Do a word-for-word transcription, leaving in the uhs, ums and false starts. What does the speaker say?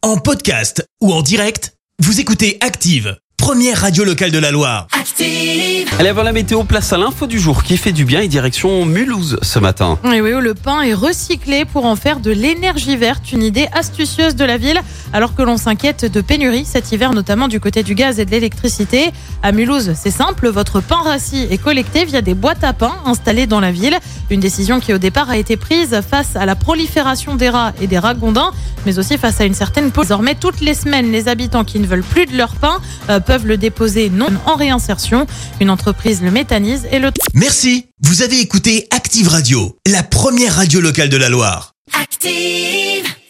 En podcast ou en direct, vous écoutez Active, première radio locale de la Loire. Active. Allez, avant la météo, place à l'info du jour qui fait du bien et direction Mulhouse ce matin. Et oui, où le pain est recyclé pour en faire de l'énergie verte, une idée astucieuse de la ville, alors que l'on s'inquiète de pénurie cet hiver, notamment du côté du gaz et de l'électricité. À Mulhouse, c'est simple, votre pain rassis est collecté via des boîtes à pain installées dans la ville. Une décision qui au départ a été prise face à la prolifération des rats et des ragondins, mais aussi face à une certaine pause. Désormais, toutes les semaines, les habitants qui ne veulent plus de leur pain euh, peuvent le déposer non en réinsertion. Une entreprise le méthanise et le... Merci, vous avez écouté Active Radio, la première radio locale de la Loire. Active!